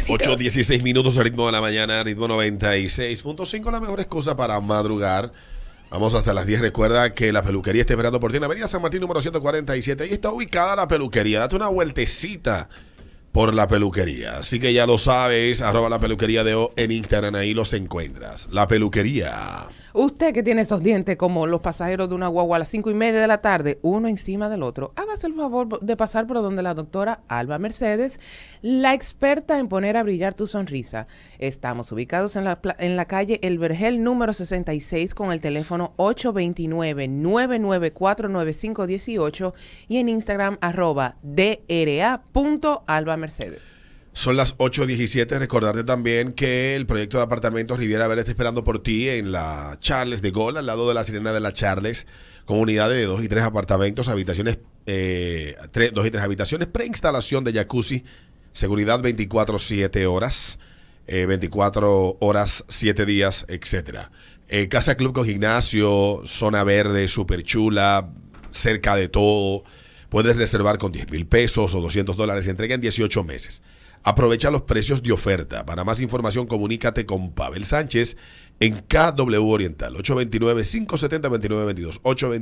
éxitos. 8:16 minutos, el ritmo de la mañana, ritmo 96.5, la mejor excusa para madrugar. Vamos hasta las 10. Recuerda que la peluquería está esperando por ti en la avenida San Martín número 147. Ahí está ubicada la peluquería. Date una vueltecita por la peluquería. Así que ya lo sabes, @ la peluquería de O en Instagram, ahí los encuentras. La peluquería. Usted que tiene esos dientes como los pasajeros de una guagua a las 5:30 de la tarde, uno encima del otro, hágase el favor de pasar por donde la doctora Alba Mercedes, la experta en poner a brillar tu sonrisa. Estamos ubicados en la calle El Vergel número 66 con el teléfono 829-994-9518 y en Instagram @dra.albamercedes. Son las 8:17. Recordarte también que el proyecto de apartamentos Riviera Verde está esperando por ti en la Charles de Gaulle, al lado de la Sirena de la Charles, con unidades de 2 y 3 apartamentos, habitaciones, 2 y 3 habitaciones, preinstalación de jacuzzi, seguridad 24/7 horas, 24 horas, 7 días, etcétera. Casa club con gimnasio, zona verde, súper chula, cerca de todo. Puedes reservar con 10,000 pesos o $200. Se entrega en 18 meses. Aprovecha los precios de oferta. Para más información, comunícate con Pavel Sánchez en KW Oriental. 829-570-2922.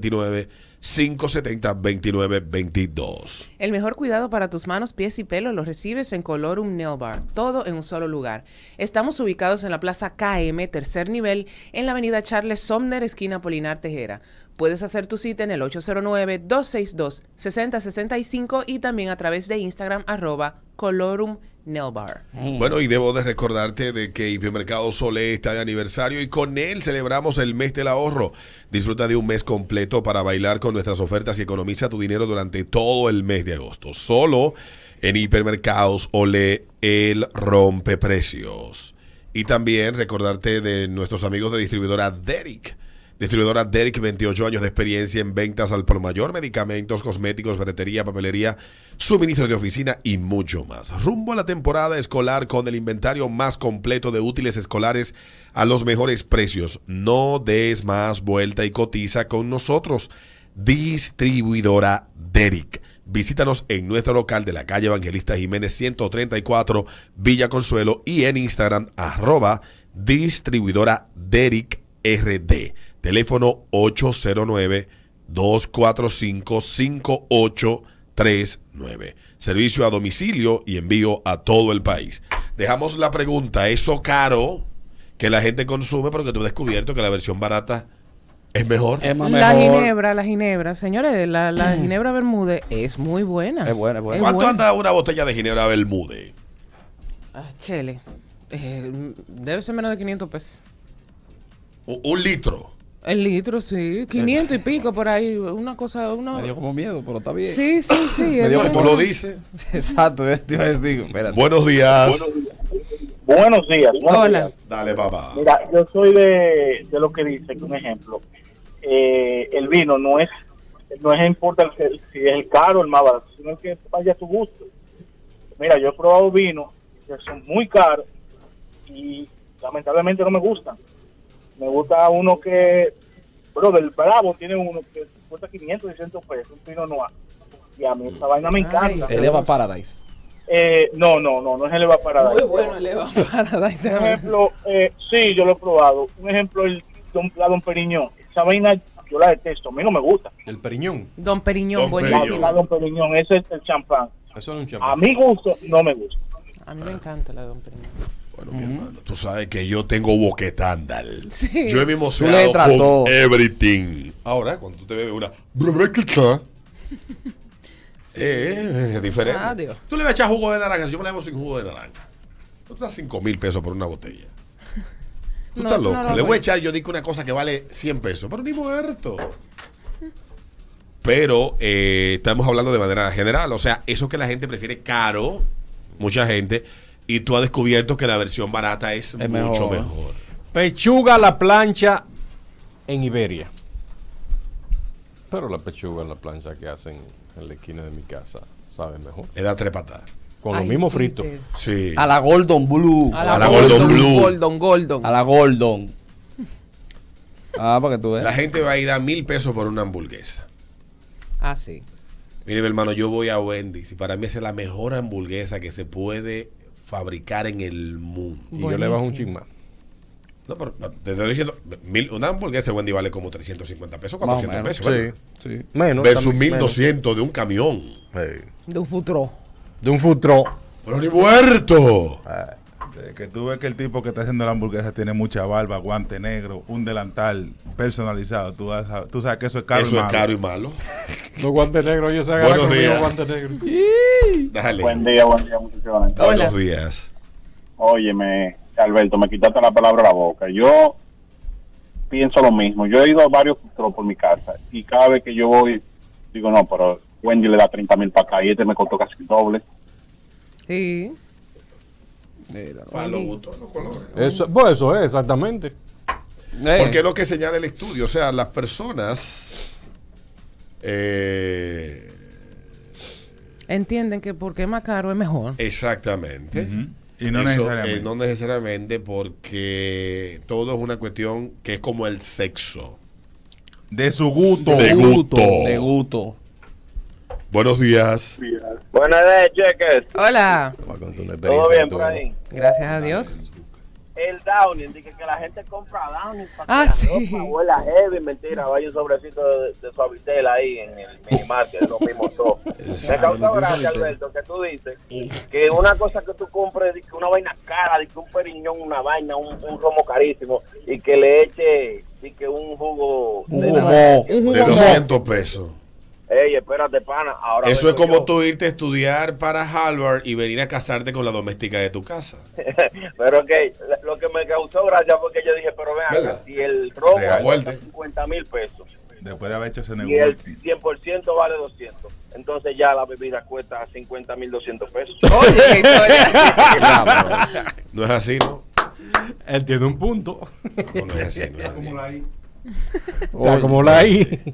829-570-2922. El mejor cuidado para tus manos, pies y pelo lo recibes en Colorum Nail Bar. Todo en un solo lugar. Estamos ubicados en la Plaza KM, tercer nivel, en la avenida Charles Somner, esquina Polinar Tejera. Puedes hacer tu cita en el 809-262-6065 y también a través de Instagram @Colorum Nail Bar. Bueno, y debo de recordarte de que Hipermercado Solé está de aniversario y con él celebramos el mes del ahorro. Disfruta de un mes completo para bailar con nuestras ofertas y economiza tu dinero durante todo el mes de agosto. Solo en Hipermercados Olé, el rompeprecios. Y también recordarte de nuestros amigos de distribuidora Derrick. Distribuidora Derrick, 28 años de experiencia en ventas al por mayor, medicamentos, cosméticos, ferretería, papelería, suministro de oficina y mucho más. Rumbo a la temporada escolar con el inventario más completo de útiles escolares a los mejores precios. No des más vuelta y cotiza con nosotros. Distribuidora Derrick. Visítanos en nuestro local de la calle Evangelista Jiménez 134, Villa Consuelo, y en Instagram @distribuidora Derrick RD. Teléfono 809-245-5839. Servicio a domicilio y envío a todo el país. Dejamos la pregunta, ¿eso caro que la gente consume? Porque tú has descubierto que la versión barata es mejor. Es más La mejor. ginebra. Señores, la ginebra Bermúdez es muy buena. Es buena, es buena. ¿Cuánto buena. anda una botella de ginebra Bermúdez? Chele, debe ser menos de 500 pesos. Un litro. El litro, sí. 500 y pico por ahí. Una cosa, Me dio como miedo, pero está bien. Sí. Me dio es ¿Tú bueno. lo dices? Exacto, te iba a decir. Espérate. Buenos días. Buenos días. Hola. Dale, papá. Mira, yo soy de lo que dice, que un ejemplo, el vino no es importa si es el caro o el más barato, sino que vaya a tu gusto. Mira, yo he probado vinos que son muy caros y lamentablemente no me gustan. Me gusta uno que, del Bravo tiene uno que cuesta 500, 600 pesos, un vino noir. Y a mí esta vaina me encanta. El Eva Paradise. No es el Eva Paradise. Muy bueno el Eva Paradise. Un ejemplo, sí, yo lo he probado. Un ejemplo, la Don Periñón. Esa vaina yo la detesto, a mí no me gusta. El Periñón. Don Periñón, Don buenísimo. Periñón. La Don Periñón, ese es el champán. Eso no es un champán. A mi gusto, no me gusta. A mí me encanta la Don Periñón. Bueno, mi hermano, tú sabes que yo tengo boquetándal. Sí. Yo me he Tú le emocionado entras todo. con everything. Ahora, cuando tú te bebes una... es diferente. Adiós. Tú le vas a echar jugo de naranja. Si yo me la bebo sin jugo de naranja. Tú te das 5,000 pesos por una botella. Tú No, estás eso loco. no lo Le voy voy. a echar, yo digo una cosa que vale 100 pesos, pero ni muerto. Pero estamos hablando de manera general. O sea, eso que la gente prefiere caro, mucha gente, y tú has descubierto que la versión barata es mucho mejor. Pechuga a la plancha en Iberia. Pero la pechuga en la plancha que hacen en la esquina de mi casa sabe mejor. Le da 3 patadas. Con Ay, lo mismo sí, frito. sí. Sí. A la Golden Blue. A la Golden Blue. Golden. A la Golden. Para que tú veas. La gente va a ir a 1,000 pesos por una hamburguesa. Ah, sí. Mire, mi hermano, yo voy a Wendy's y para mí esa es la mejor hamburguesa que se puede fabricar en el mundo. Y yo le bajo un chin más. No, pero te estoy diciendo, una hamburguesa Wendy vale como 350 pesos, Más o 400 menos. pesos. ¿verdad? Sí. Menos. Versus también, 1200 de un camión. menos. Sí. De un futuro. De un food truck. Pero ni muerto. Que tú ves que el tipo que está haciendo la hamburguesa tiene mucha barba, guante negro, un delantal personalizado. Tú sabes que eso es caro. Eso y es malo. caro y malo. Los guantes negros, yo se agarra Buenos conmigo días. guantes negros. Dale. Buen día, muchachones. Buenos días. Óyeme, Alberto, me quitaste la palabra de la boca. Yo pienso lo mismo. Yo he ido a varios food por mi casa y cada vez que yo voy, digo, no, pero Wendy le da 30,000 para acá y este me costó casi el doble. Sí. Para los gustos, los colores. Eso, pues eso es, exactamente. Porque es lo que señala el estudio. O sea, las personas Entienden que porque es más caro es mejor. exactamente. Ujú. Y no Eso, necesariamente. no necesariamente, porque todo es una cuestión que es como el sexo. De su gusto. De gusto. De gusto. Buenos días. Buenas noches, cheques. Hola. Voy a contar una ¿Todo experiencia bien que por tuve. ahí? Gracias a Dios. El Downing, dice que la gente compra Downing para Ah, que sí. la ropa huela heavy, mentira, vaya un sobrecito de Suavitel ahí en el minimarket, es lo mismo todo. Me causó gracia, Alberto, que tú dices que una cosa que tú compres, que una vaina cara, que un periñón, una vaina, un romo carísimo, y que le eche que un jugo de naranja. De 200 pesos. Ey, espérate, pana. Ahora Eso es vengo como yo. tú irte a estudiar para Harvard y venir a casarte con la doméstica de tu casa. Pero que lo que me causó gracia fue que yo dije, pero vean, ¿Verdad? si el romo Real. cuesta Fuerte. 50,000 pesos Después de haber hecho ese y negocio. el 100% vale 200, entonces ya la bebida cuesta 50,200 pesos. Oye, qué historia. No es así, ¿no? Él tiene un punto. No, no es así. No es así. Está como la I.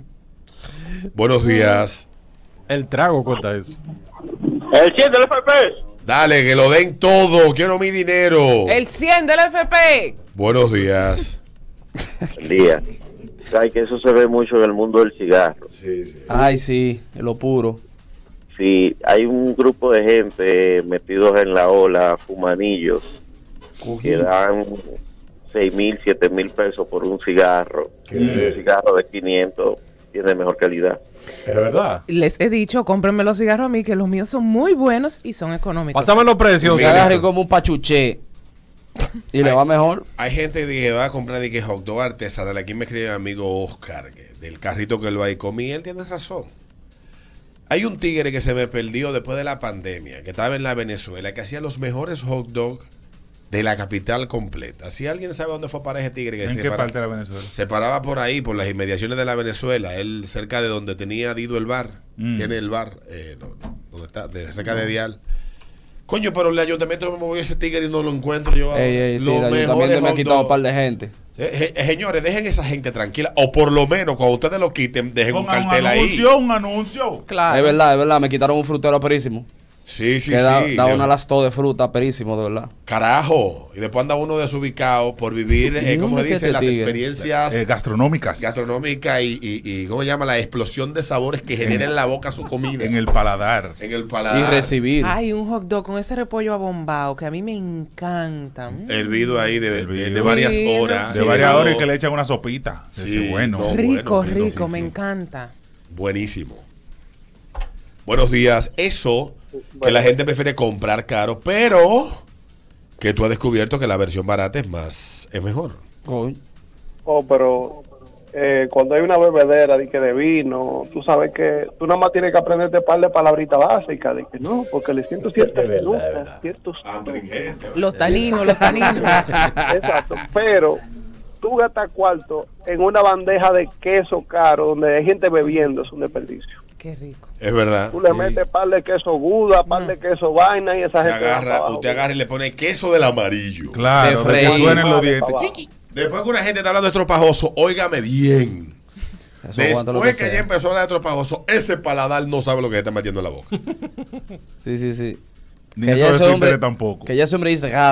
Buenos días. El trago cuesta eso. El 100 del FP. Dale, que lo den todo. Quiero mi dinero. El 100 del FP. Buenos días. Día. Sabes que eso se ve mucho en el mundo del cigarro. Sí, sí. Ay, sí, de lo puro. Si hay un grupo de gente metidos en la ola, fumanillos, que dan 6,000, 7,000 pesos por un cigarro. Un cigarro de 500 tiene mejor calidad. Es verdad. Les he dicho, cómprenme los cigarros a mí, que los míos son muy buenos y son económicos. Pásame los precios. Se Mira. agarre como un pachuché y le va mejor. Hay gente que va a comprar de que hot dog artesanal. Aquí me escribe mi amigo Oscar, del carrito que él va y comí. Y él tiene razón. Hay un tigre que se me perdió después de la pandemia, que estaba en la Venezuela, que hacía los mejores hot dogs de la capital completa. Si alguien sabe dónde fue para ese tigre que ¿En se qué para- parte de la Venezuela? se paraba por ahí, por las inmediaciones de la Venezuela, él cerca de donde tenía Dido el bar, tiene el bar, donde está, cerca de Dial. Coño, pero el ayuntamiento me movió ese tigre y no lo encuentro yo. Ey, sí, Los el mejores ayuntamiento me ha hot quitado un dogs. par de gente. Señores, dejen esa gente tranquila, o por lo menos cuando ustedes lo quiten, dejen un Pongan cartel ahí. un anuncio. Claro. Es verdad, me quitaron un frutero perísimo. Sí, sí, Que da sí. una lastó de fruta perísimo, de verdad. Carajo. Y después anda uno desubicado por vivir, ¿cómo se ¿Dónde que dice? este Las tigre? experiencias Gastronómicas. gastronómicas y ¿cómo se llama? La explosión de sabores que genera en la boca su comida. En el paladar. En el Y paladar. recibir. Hay un hot dog con ese repollo abombado que a mí me encanta. Hervido ahí de Hervido. varias Sí, horas. De Sí, varias no. horas y que le echan una sopita. Sí, Ese bueno. no. Rico, bueno, rico, rico, sí, me sí. encanta. Buenísimo. Buenos días. Eso que la gente prefiere comprar caro, pero que tú has descubierto que la versión barata es mejor. Coño. Oh, pero cuando hay una bebedera de vino, tú sabes que tú nada más tienes que aprenderte un par de palabritas básicas, de que no, porque le siento ciertas notas, ciertos... Los taninos, los taninos. Exacto, pero tú gastas cuarto en una bandeja de queso caro donde hay gente bebiendo, es un desperdicio. Qué rico. Es verdad. Tú le metes par de queso Gouda, par de queso vaina y esa Usted gente... va para agarra, abajo. usted agarra y le pone queso del amarillo. Claro, De de que freír. suenen los Para dientes. abajo. Después que una gente está hablando de estropajoso, óigame bien. Eso aguanta lo Después que sea. ya empezó a hablar de estropajoso, ese paladar no sabe lo que está metiendo en la boca. Sí. Ni Que eso ya de ese hombre, Twitter tampoco. que ya ese hombre dice casa.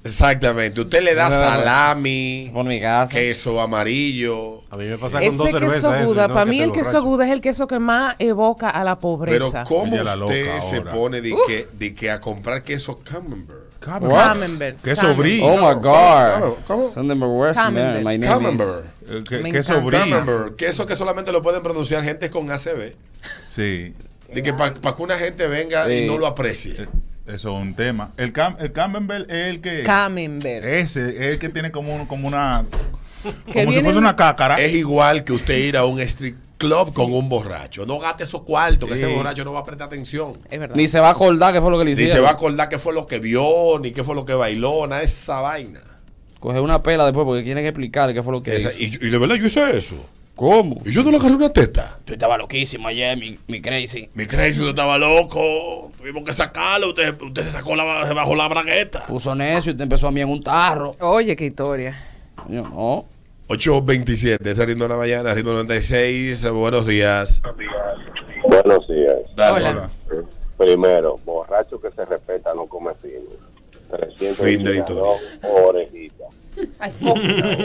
Exactamente. Usted le da salami, por mi casa, queso amarillo. A mí me pasa con dos Ese queso cervezas. Gouda, para mí el queso Gouda es el queso que más evoca a la pobreza. Pero ¿cómo Ella la loca usted se ahora. pone de que a comprar queso Camembert? Camembert. Queso brie. Oh my God. ¿Cómo? Son the worst, man. Camembert. My name Camembert. Me Queso encanta. brie. Camembert. Queso que solamente lo pueden pronunciar gente con ACB. Sí. De que para que una gente venga y no lo aprecie. Eso es un tema. El Camembert es el que... Camembert. Ese es el que tiene como una... Como Que si viene fuese una cácara. Es igual que usted ir a un street club con un borracho. No gaste esos cuartos, que ese borracho no va a prestar atención. Es verdad. Ni se va a acordar qué fue lo que le Ni hicieron. se va a acordar qué fue lo que vio, ni qué fue lo que bailó, nada de esa vaina. Coger una pela después porque tienen que explicar qué fue lo que hizo. Y de verdad yo hice eso. ¿Cómo? Y yo no le agarré una teta. Tú estabas loquísimo ayer, mi crazy. Mi crazy, usted estaba loco. Tuvimos que sacarlo. Usted se bajó la bragueta. Puso necio y te empezó a mí en un tarro. Oye, qué historia. Yo, no. 8:27, saliendo en la mañana, haciendo 96. Buenos días. Buenos días. Dale. Hola. Primero, borracho que se respeta no come fino. 300 Fin de historia. orejita. Ay, fuck.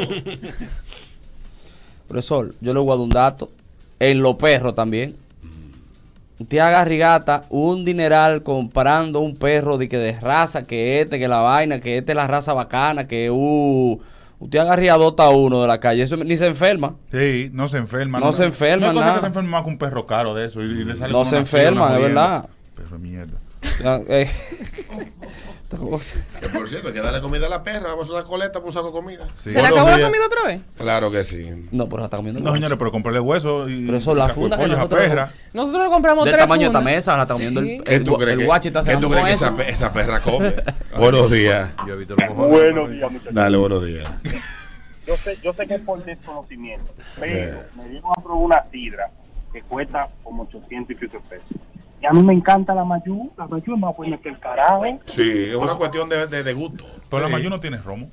Profesor, yo le voy a dar un dato. En los perros también. Usted haga rigata un dineral comprando un perro de raza, que la vaina, que es la raza bacana, que usted agarra adopta a uno de la calle, eso ni se enferma. Sí, no se enferma. No se enferma, No hay cosa nada. que se enferma más que un perro caro de eso. Y le sale No con se una fibra, enferma, una de jodienda. verdad. Perro de mierda. Que por cierto, hay que darle comida a la perra. Vamos a una coleta para un saco de comida. Sí. ¿Se le Buenos acabó la días. comida otra vez? Claro que sí. No, pero está comiendo. No, señores, pero comprarle hueso y... Pero eso, la caco de funda que pollo a nosotros- perra. Nosotros le compramos Del 3 tamaño de esta fundas. mesa, la está comiendo Sí. ¿Qué tú crees el guachi está ¿qué cenando tú crees con que eso. esa perra come? Buenos días. Yo he visto los mojones. Buenos días, muchachos. Dale, buenos días. Yo sé que es por desconocimiento, pero me dieron a probar una sidra que cuesta como 800 y pico de pesos. Y a mí me encanta la Mayú. La Mayú es más buena que el carajo. Sí, es una cuestión de gusto. Pero la Mayú no tiene romo.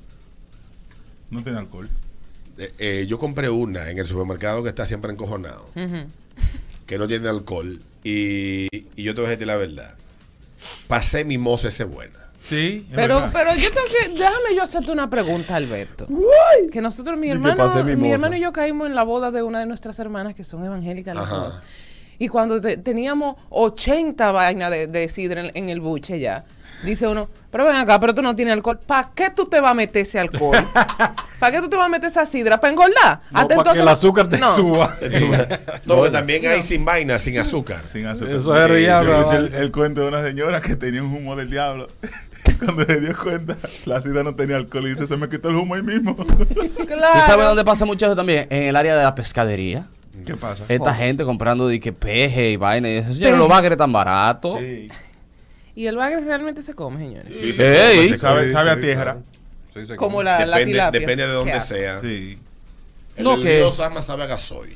No tiene alcohol. Yo compré una en el supermercado que está siempre encojonado, que no tiene alcohol. Y yo te voy a decir la verdad. Pasé mi moza ese buena. Sí, es Pero verdad. yo tengo que, déjame yo hacerte una pregunta, Alberto. Que nosotros, mi que hermano, pasé mi mi moza. hermano y yo caímos en la boda de una de nuestras hermanas que son evangélicas las Ajá. dos. Y cuando teníamos 80 vainas de sidra en el buche ya, dice uno, pero ven acá, pero tú no tienes alcohol. ¿Para qué tú te vas a meter ese alcohol? ¿Para qué tú te vas a meter esa sidra? ¿Para engordar? No, Atento para a que el azúcar te No. suba. No, que también hay sin vaina, sin azúcar. Sin azúcar. Eso es Sí, diablo. Es el cuento de una señora que tenía un humo del diablo. Cuando se dio cuenta, la sidra no tenía alcohol y dice, se me quitó el humo ahí mismo. Claro. ¿Tú sabes dónde pasa mucho eso también? En el área de la pescadería. ¿Qué pasa? Esta gente comprando de que peje y vaina y eso. Señores, los bagres tan baratos. Sí. Y el bagre realmente se come, señores. Sí, se come, Ey. se Sabe, come. sabe a tierra. Sí, se Como come. la tilapia. Depende de dónde ¿Qué hace? sea. Sí. El No, del que- río Sama sabe a gasoil.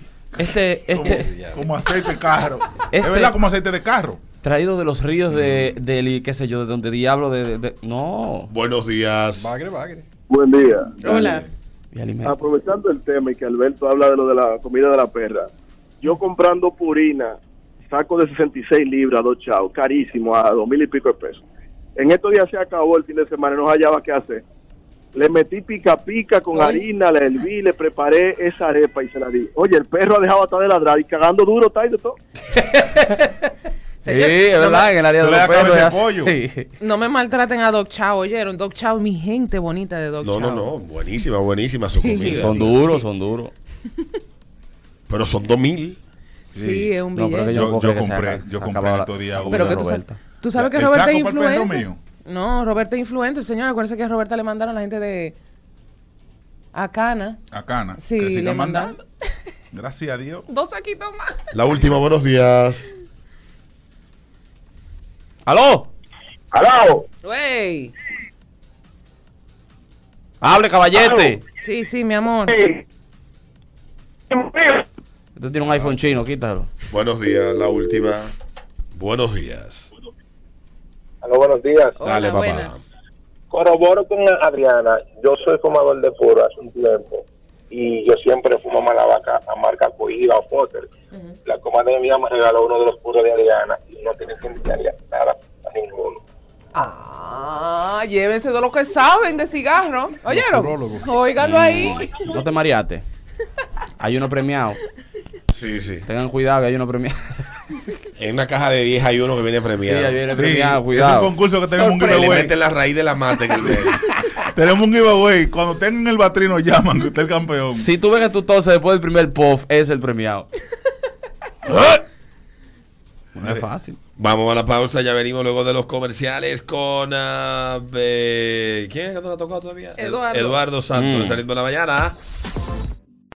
Como aceite de carro. Es Este- verdad, como aceite de carro. traído de los ríos de qué sé yo, de donde diablo no. Buenos días. Bagre, bagre. Buen día. Hola. Y alimento. Aprovechando el tema y que Alberto habla de lo de la comida de la perra, yo comprando purina, saco de 66 libras, 2 chavos, carísimo, a 2,000 y pico de pesos. En estos días se acabó el fin de semana, no hallaba qué hacer. Le metí pica pica con harina, la herví, le preparé esa arepa y se la di. Oye, el perro ha dejado hasta de ladrar y cagando duro, está y de todo. Sí, es verdad, en el área Tú de le los das cabeza perros. de pollo. Sí. No me maltraten a Doc Chao, oyeron. Doc Chao, mi gente bonita de Doc No, Chao. no, no. Buenísima, buenísima su Sí. comida. Son duros, son duros. Pero son 2,000. Sí, es un No, pero billete. que Yo puedo creer que se compré acaba- yo compré acaba la- estos días Pero una. que Roberta. tú sabes que ¿El Roberta saco es para el perro influencer. mío? No, Roberta es influencer, señor. Acuérdense que a Roberta le mandaron a la gente de Acana. A Cana. Sí, que le sigan mandaron mandando. Gracias a Dios. 2 saquitos más. La última, buenos días. ¡Aló! ¡Aló! Wey. ¡Hable, caballete! Sí, sí, mi amor. Usted tiene un iPhone chino, quítalo. Buenos días, la última. Buenos días. Aló, buenos días. Hola, Dale, papá. buenas. Corroboro con Adriana. Yo soy fumador de puro hace un tiempo y yo siempre fumo Malabaca a marca Cohiba o Potter. La comadre mía me regaló uno de los puros de Adriana y no tiene que enviarle nada a ninguno. Ay, llévense de lo que saben de cigarro. ¿Oyeron? Óiganlo ahí. No te mareaste. Hay uno premiado. Sí, sí. Tengan cuidado que hay uno premiado. En una caja de 10 hay uno que viene premiado. Sí, ahí viene Sí, premiado, cuidado. Es un concurso que tenemos un Que le giveaway. meten la raíz de la mata en el medio. Tenemos un giveaway. Cuando tengan el batrino, llaman que usted es el campeón. Si tú ves que tú toses después del primer puff, es el premiado. No es fácil. Vamos a la pausa, ya venimos luego de los comerciales con... ¿quién es que no la ha tocado todavía? Eduardo. Eduardo Santos, de Ritmo de la Mañana.